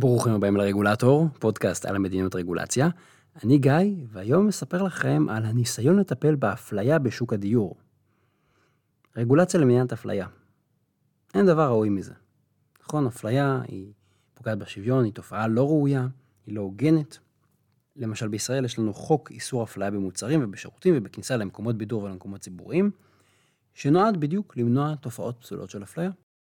ברוכים הבאים לרגולטור, פודקאסט על המדיניות רגולציה. אני גיא, והיום אספר לכם על הניסיון לטפל באפליה בשוק הדיור. רגולציה למניעת אפליה. אין דבר ראוי מזה. נכון, אפליה היא פוגעת בשוויון, היא תופעה לא ראויה, היא לא הוגנת. למשל בישראל יש לנו חוק איסור אפליה במוצרים ובשירותים ובכניסה למקומות בידור ולמקומות ציבוריים, שנועד בדיוק למנוע תופעות פסולות של אפליה.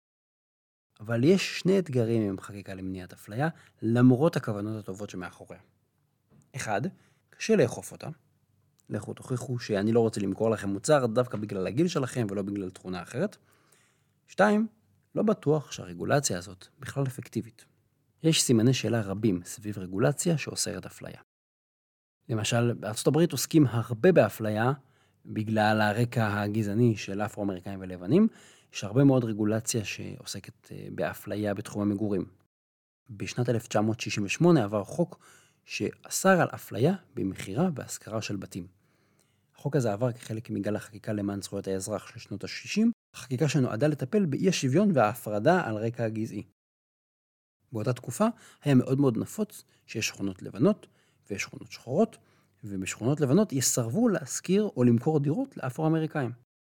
אבל יש שני אתגרים עם חקיקה למניעת אפליה, למרות הכוונות הטובות שמאחוריה. אחד, קשה לאכוף אותה. לכו תוכיחו שאני לא רוצה למכור לכם מוצר דווקא בגלל הגיל שלכם ולא בגלל תכונה אחרת. 2, לא בטוח שהרגולציה הזאת בכלל אפקטיבית. יש סימני שאלה רבים סביב רגולציה שאוסרת אפליה. למשל, בארצות הברית עוסקים הרבה באפליה בגלל הרקע הגזעני של אפרו-אמריקאים ולבנים, יש הרבה מאוד רגולציה שעוסקת באפליה בתחום המגורים. בשנת 1968 עבר חוק שאסר על אפליה במחירה והשכרה של בתים. החוק הזה עבר כחלק מגל החקיקה למען זכויות האזרח של שנות ה-60, חקיקה שנועדה לטפל באי השוויון וההפרדה על רקע הגזעי. באותה תקופה היה מאוד מאוד נפוץ שיש שכונות לבנות ויש שכונות שחורות, ובשכונות לבנות יסרבו להשכיר או למכור דירות לאפרו-אמריקאים.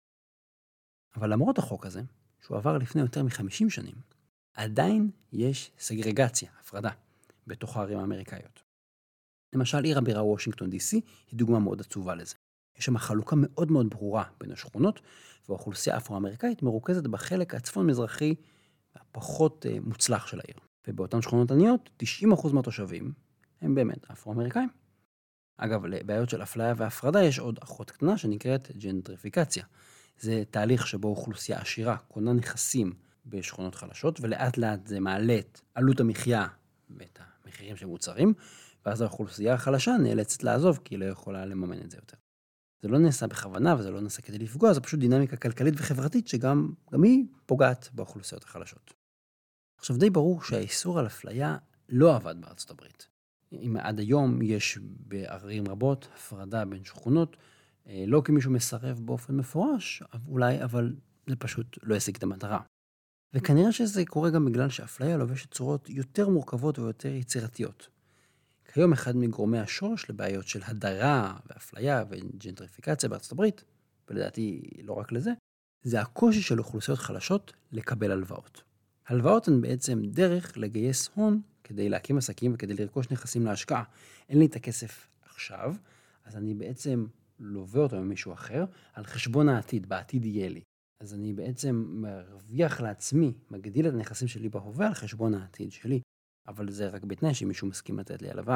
אבל למרות החוק הזה, שהוא עבר לפני יותר מ-50 שנים, עדיין יש סגרגציה, הפרדה, בתוך הערים האמריקאיות. למשל, עיר הבירה וושינגטון DC היא דוגמה מאוד עצובה לזה. יש שם חלוקה מאוד מאוד ברורה בין השכונות, והאוכלוסייה האפרו-אמריקאית מרוכזת בחלק הצפון-מזרחי הפחות מוצלח של העיר. ובאותן שכונות עניות, 90% מהתושבים הם באמת אפרו-אמריקאים. אגב, לבעיות של אפליה והפרדה יש עוד אחות קטנה שנקראת ג'נטריפיקציה. זה תהליך שבו אוכלוסייה עשירה קונה נכסים בשכונות חלשות, ולאט לאט זה מעלה את עלות המחיה ואת המחירים של מוצרים, ואז האוכלוסייה החלשה נאלצת לעזוב, כי היא לא יכולה לממן את זה יותר. זה לא נעשה בכוונה, וזה לא נעשה כדי לפגוע, זה פשוט דינמיקה כלכלית וחברתית, שגם היא פוגעת באוכלוסיות החלשות. עכשיו, די ברור שהאיסור על אפליה לא עבד בארצות הברית. אם עד היום יש בערים רבות הפרדה בין שכונות, לא כי מישהו מסרב באופן מפורש, אולי, אבל זה פשוט לא ישיג את המטרה. וכנראה שזה קורה גם בגלל שאפליה לובשת צורות יותר מורכבות ויותר יצירתיות. כיום אחד מגורמי השורש לבעיות של הדרה ואפליה וג'נטריפיקציה בארצות הברית, ולדעתי לא רק לזה, זה הקושי של אוכלוסיות חלשות לקבל הלוואות. הלוואות הן בעצם דרך לגייס הון כדי להקים עסקים וכדי לרכוש נכסים להשקעה. אין לי את הכסף עכשיו, אז אני בעצם לווה אותו ממישהו אחר על חשבון העתיד, בעתיד יהיה לי. אז אני בעצם מרוויח לעצמי, מגדיל את הנכסים שלי בהווה על חשבון העתיד שלי, אבל זה רק בתנאי שמישהו מסכים לתת לי הלוואה.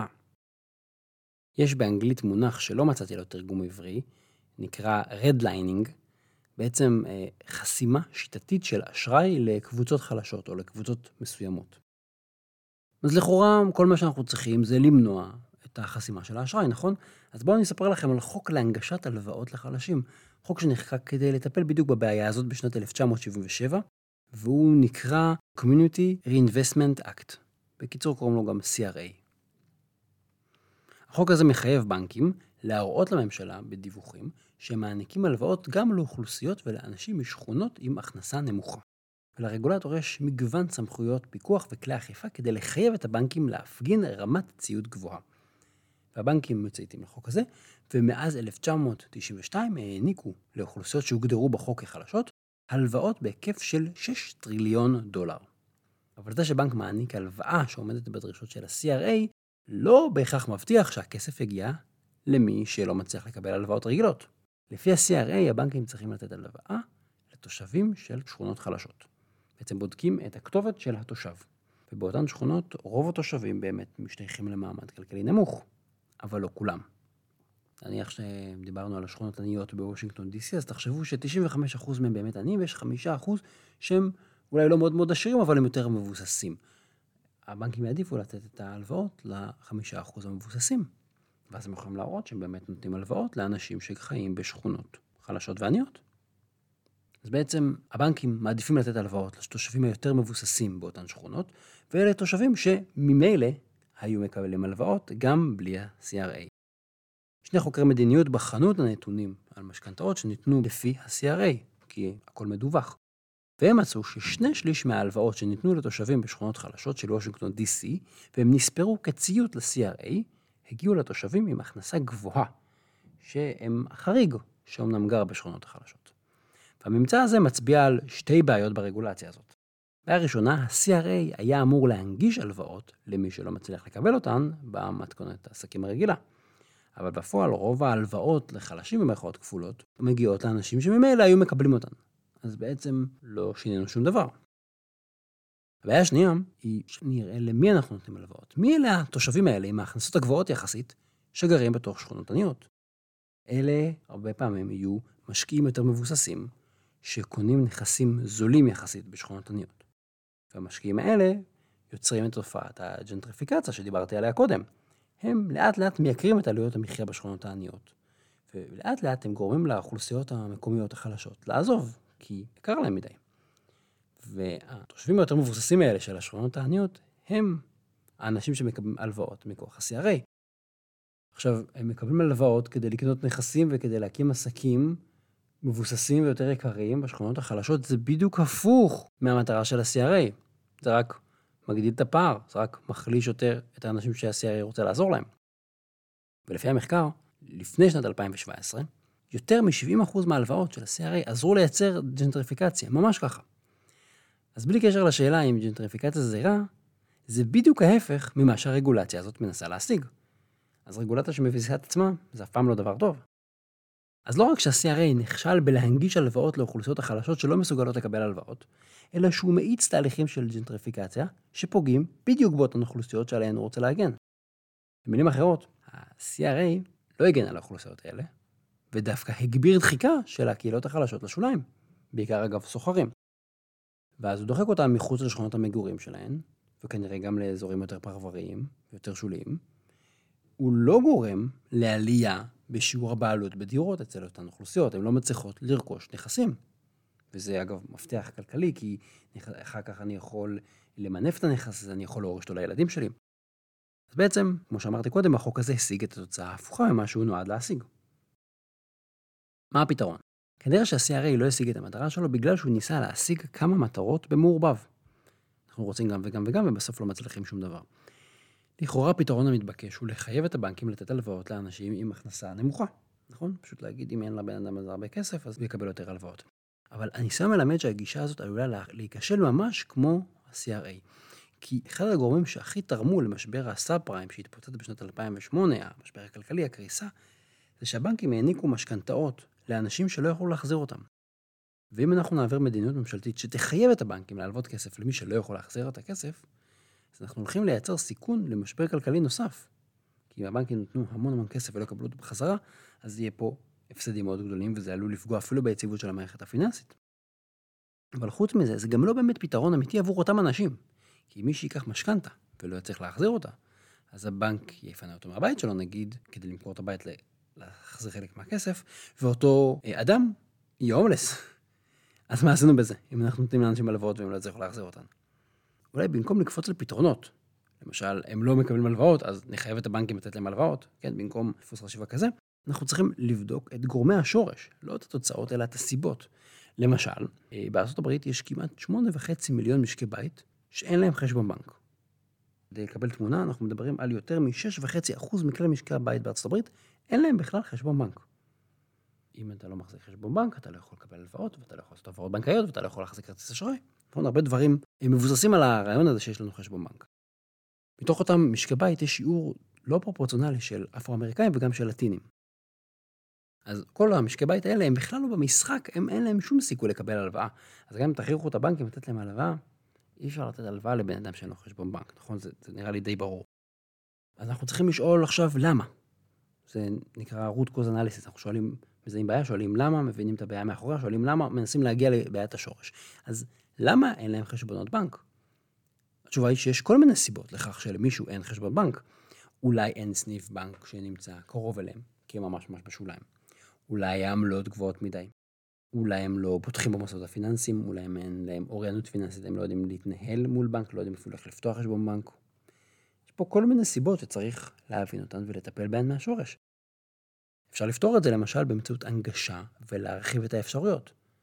יש באנגלית מונח שלא מצאתי לו תרגום עברי, נקרא redlining, בעצם חסימה שיטתית של אשראי לקבוצות חלשות או לקבוצות מסוימות. אז לכאורה כל מה שאנחנו צריכים זה למנוע את החסימה של האשראי, נכון? אז בואו אני אספר לכם על חוק להנגשת הלוואות לחלשים. חוק שנחקק כדי לטפל בדיוק בבעיה הזאת בשנת 1977, והוא נקרא Community Reinvestment Act. בקיצור קוראים לו גם CRA. החוק הזה מחייב בנקים להראות לממשלה בדיווחים שהם מעניקים הלוואות גם לאוכלוסיות ולאנשים משכונות עם הכנסה נמוכה. ולרגולטור יש מגוון סמכויות פיקוח וכלי אכיפה כדי לחייב את הבנקים להפגין רמת ציוד גבוהה. והבנקים מצייתים לחוק הזה, ומאז 1992 העניקו לאוכלוסיות שהוגדרו בחוק כחלשות, הלוואות בהיקף של $6 טריליון. אבל זה שבנק מעניק הלוואה שעומדת בדרישות של ה-CRA, לא בהכרח מבטיח שהכסף יגיע למי שלא מצליח לקבל הלוואות רגילות. לפי ה-CRA, הבנקים צריכים לתת הלוואה לתושבים של שכונות חלשות. בעצם בודקים את הכתובת של התושב. ובאותן שכונות רוב התושבים באמת משתייכים למעמד כלכלי נמוך. אבל לא כולם. נניח שדיברנו על השכונות עניות בוושינגטון DC, אז תחשבו ש-95% מהם באמת עניים, ויש 5% שהם אולי לא מאוד מאוד עשירים, אבל הם יותר מבוססים. הבנקים יעדיפו לתת את ההלוואות ל-5% המבוססים. ואז הם יכולים להראות שהם באמת נותנים הלוואות לאנשים שחיים בשכונות חלשות ועניות. אז בעצם הבנקים מעדיפים לתת הלוואות לתושבים היותר מבוססים באותן שכונות, ואלה תושבים שממילא היו מקבלים הלוואות גם בלי ה-CRA. שני חוקרי מדיניות בחנו את הנתונים על משכנתאות שניתנו לפי ה-CRA, כי הכל מדווח. והם מצאו ש2/3 מההלוואות שניתנו לתושבים בשכונות חלשות של וושינגטון DC, והם נספרו כציות ל-CRA, הגיעו לתושבים עם הכנסה גבוהה, שהם החריג שאומנם גר בשכונות החלשות. והממצא הזה מצביע על 2 בעיות ברגולציה הזאת. בעיה ראשונה, ה-CRA היה אמור להנגיש הלוואות למי שלא מצליח לקבל אותן במתכונת העסקים הרגילה. אבל בפועל רוב ההלוואות לחלשים במרכאות כפולות מגיעות לאנשים שממילא היו מקבלים אותן. אז בעצם לא שינינו שום דבר. הבעיה השנייה היא שנראה למי אנחנו נותנים הלוואות. מי אלה התושבים האלה עם ההכנסות הגבוהות יחסית שגרים בתוך שכונות עניות? אלה הרבה פעמים יהיו משקיעים יותר מבוססים שקונים נכסים זולים יחסית בשכונות עניות. והמשקיעים האלה יוצרים את תופעת הג'נטריפיקציה שדיברתי עליה קודם. הם לאט לאט מייקרים את עלויות המחיה בשכונות העניות. ולאט לאט הם גורמים לאוכלוסיות המקומיות החלשות לעזוב, כי יקר להם מדי. והתושבים היותר מבוססים האלה של השכונות העניות הם האנשים שמקבלים הלוואות מכוח ה-CRA. עכשיו, הם מקבלים הלוואות כדי לקנות נכסים וכדי להקים עסקים מבוססים ויותר יקרים בשכונות החלשות. זה בדיוק הפוך מהמטרה של ה-CRA. זה רק מגדיל את הפער, זה רק מחליש יותר את האנשים שה-CRA רוצה לעזור להם. ולפי המחקר, לפני שנת 2017, יותר מ-70% מההלוואות של ה-CRA עזרו לייצר ג'נטריפיקציה, ממש ככה. אז בלי קשר לשאלה אם ג'נטריפיקציה זה רע, זה בדיוק ההפך ממה שהרגולציה הזאת מנסה להשיג. אז רגולציה שמביסה את עצמה, זה אף פעם לא דבר טוב. אז לא רק שה-CRA נכשל בלהנגיש הלוואות לאוכלוסיות החלשות שלא מסוגלות לקבל הלוואות, אלא שהוא מאיץ תהליכים של ג'נטריפיקציה שפוגעים בדיוק באותן אוכלוסיות שעליהן הוא רוצה להגן. במילים אחרות, ה-CRA לא הגן על האוכלוסיות האלה, ודווקא הגביר דחיקה של הקהילות החלשות לשוליים, בעיקר אגב סוחרים. ואז הוא דוחק אותם מחוץ לשכונות המגורים שלהן, וכנראה גם לאזורים יותר פרבריים, יותר שוליים. הוא לא גורם לעלייה בשיעור הבעלות בדירות אצל אותן אוכלוסיות, הן לא מצליחות לרכוש נכסים. וזה אגב מפתח כלכלי, כי אחר כך אני יכול למנף את הנכס, אז אני יכול להוריש אותו לילדים שלי. אז בעצם, כמו שאמרתי קודם, החוק הזה השיג את התוצאה ההפוכה ממה שהוא נועד להשיג. מה הפתרון? כנראה שה-CRA לא השיג את המטרה שלו בגלל שהוא ניסה להשיג כמה מטרות במעורבב. אנחנו רוצים גם וגם וגם, ובסוף לא מצליחים שום דבר. לכאורה הפתרון המתבקש הוא לחייב את הבנקים לתת הלוואות לאנשים עם הכנסה נמוכה. נכון? פשוט להגיד אם אין לבן אדם הזה הרבה כסף, אז הוא יקבל יותר הלוואות. אבל הניסיון מלמד שהגישה הזאת עלולה להיכשל ממש כמו ה-CRA. כי אחד הגורמים שהכי תרמו למשבר הסאב פריים שהתפוצץ בשנת 2008, המשבר הכלכלי, הקריסה, זה שהבנקים העניקו משכנתאות לאנשים שלא יכולו להחזיר אותם. ואם אנחנו נעביר מדיניות ממשלתית שתחייב את הבנקים להלוות כסף למי שלא יכול להחזיר את הכסף, אז אנחנו הולכים לייצר סיכון למשבר כלכלי נוסף. כי אם הבנקים נתנו המון כסף ולא יקבלו אותו בחזרה, אז יהיה פה הפסדים מאוד גדולים, וזה עלול לפגוע אפילו ביציבות של המערכת הפיננסית. אבל חוץ מזה, זה גם לא באמת פתרון אמיתי עבור אותם אנשים. כי מי שיקח משכנתה ולא יצליח להחזיר אותה, אז הבנק יפנה אותו מהבית שלו, נגיד, כדי למכור את הבית להחזיר חלק מהכסף, ואותו אדם יהיה הומלס. אז מה עשינו בזה? אם אנחנו נותנים לאנשים הלוואות והם לא יצליחו להחזיר אותן. אולי במקום לקפוץ לפתרונות, למשל, הם לא מקבלים הלוואות, אז נחייב את הבנקים לתת להם הלוואות, כן, במקום דפוס חשיבה כזה, אנחנו צריכים לבדוק את גורמי השורש, לא את התוצאות, אלא את הסיבות. למשל, בארצות הברית יש כמעט 8.5 מיליון משקי בית שאין להם חשבון בנק. כדי לקבל תמונה, אנחנו מדברים על יותר מ-6.5% מכלל משקי הבית בארצות הברית, אין להם בכלל חשבון בנק. אם אתה לא מחזיק חשבון בנק, אתה לא יכול לקבל הלוואות, ואתה לא יכול לעשות העברות בנקאיות, ואתה לא יכול להחזיק כרטיס אשראי. הרבה דברים מבוססים על הרעיון הזה שיש לנו חשבון בנק. מתוך אותם משקי בית יש שיעור לא פרופורציונלי של אפרו-אמריקאים וגם של לטינים. אז כל המשקי בית האלה הם בכלל לא במשחק, אין להם שום סיכוי לקבל הלוואה. אז גם אם תכריחו את הבנקים לתת להם הלוואה, אי אפשר לתת הלוואה לבן אדם שאין לו חשבון בנק, נכון? זה נראה לי די ברור. אז אנחנו צריכים לשאול עכשיו למה. זה נקרא root cause analysis, אנחנו שואלים, מזהים בעיה, שואלים למה, מבינים את הבעיה מאחוריה, שואלים למה, מנסים להגיע לבעיית השורש. אז למה אין להם חשבונות בנק? התשובה היא שיש כל מיני סיבות לכך שלמישהו אין חשבון בנק. אולי אין סניף בנק שנמצא קרוב אליהם, כי הם ממש בשוליים. אולי העמלות גבוהות מדי. אולי הם לא פותחים במוסדות הפיננסיים, אולי אין להם אוריינות פיננסית, הם לא יודעים להתנהל מול בנק, לא יודעים אפילו איך לפתוח חשבון בנק. יש פה כל מיני סיבות שצריך להבין אותן ולטפל בהן מהשורש. אפשר לפתור את זה למשל באמצעות הנגשה ולהרחיב את האפשרויות.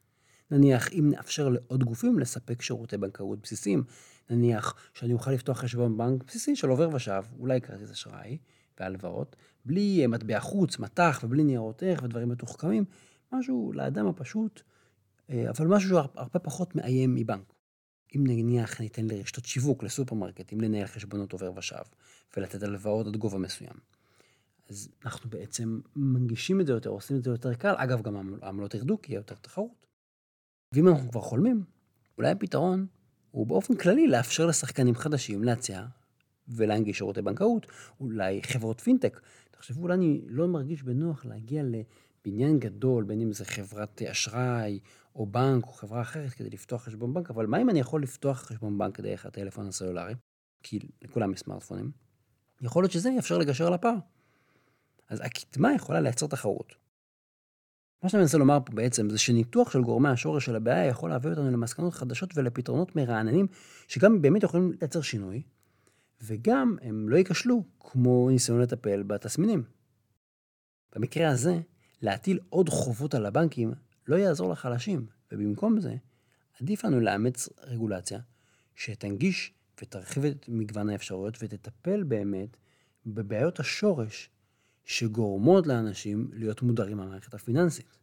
נניח אם נאפשר לעוד גופים לספק שירותי בנקאות בסיסיים, נניח שאני אוכל לפתוח חשבון בנק בסיסי של עובר ושב, אולי כרטיס אשראי והלוואות, בלי מטבע חוץ, מטח ובלי ניירות ערך ודברים מתוחכמים, משהו לאדם הפשוט, אבל משהו הרבה פחות מאיים מבנק. אם נניח ניתן לרשתות שיווק, לסופרמרקטים, לנהל חשבונות עובר ושב ולתת הלוואות עד גובה מסוים, אז אנחנו בעצם מנגישים את זה יותר, עושים את זה יותר קל. אגב, גם העמלות ירדו כי יהיה יותר תחרות. ואם אנחנו כבר חולמים, אולי הפתרון הוא באופן כללי לאפשר לשחקנים חדשים להציע ולהנגיש שירותי בנקאות, אולי חברות פינטק. תחשבו, אולי אני לא מרגיש בנוח להגיע לבניין גדול, בין אם זה חברת אשראי או בנק או חברה אחרת כדי לפתוח חשבון בנק, אבל מה אם אני יכול לפתוח חשבון בנק דרך הטלפון הסלולרי? כי לכולם יש סמארטפונים. יכול להיות שזה יאפשר לגשר על הפער. אז הקדמה יכולה לייצר תחרות. מה שאני מנסה לומר פה בעצם זה שניתוח של גורמי השורש של הבעיה יכול להביא אותנו למסקנות חדשות ולפתרונות מרעננים שגם באמת יכולים לייצר שינוי, וגם הם לא ייכשלו כמו ניסיון לטפל בתסמינים. במקרה הזה, להטיל עוד חובות על הבנקים לא יעזור לחלשים, ובמקום זה, עדיף לנו לאמץ רגולציה שתנגיש ותרחיב את מגוון האפשרויות ותטפל באמת בבעיות השורש שגורמות לאנשים להיות מודרים מהמערכת הפיננסית.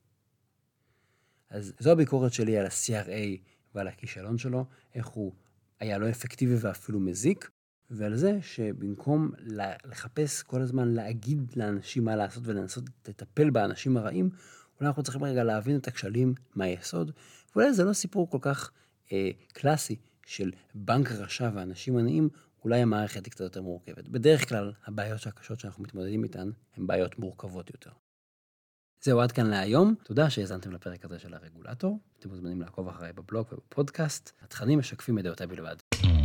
אז זו הביקורת שלי על ה-CRA ועל הכישלון שלו, איך הוא היה לא אפקטיבי ואפילו מזיק, ועל זה שבמקום לחפש כל הזמן להגיד לאנשים מה לעשות ולנסות לטפל באנשים הרעים, אולי אנחנו צריכים רגע להבין את הכשלים מהיסוד, ואולי זה לא סיפור כל כך קלאסי של בנק רשע ואנשים עניים, אולי המערכת היא קצת יותר מורכבת. בדרך כלל, הבעיות הקשות שאנחנו מתמודדים איתן, הן בעיות מורכבות יותר. זהו, עד כאן להיום. תודה שהאזנתם לפרק הזה של הרגולטור. אתם מוזמנים לעקוב אחריי בבלוג ובפודקאסט. התכנים משקפים את דעותיי בלבד.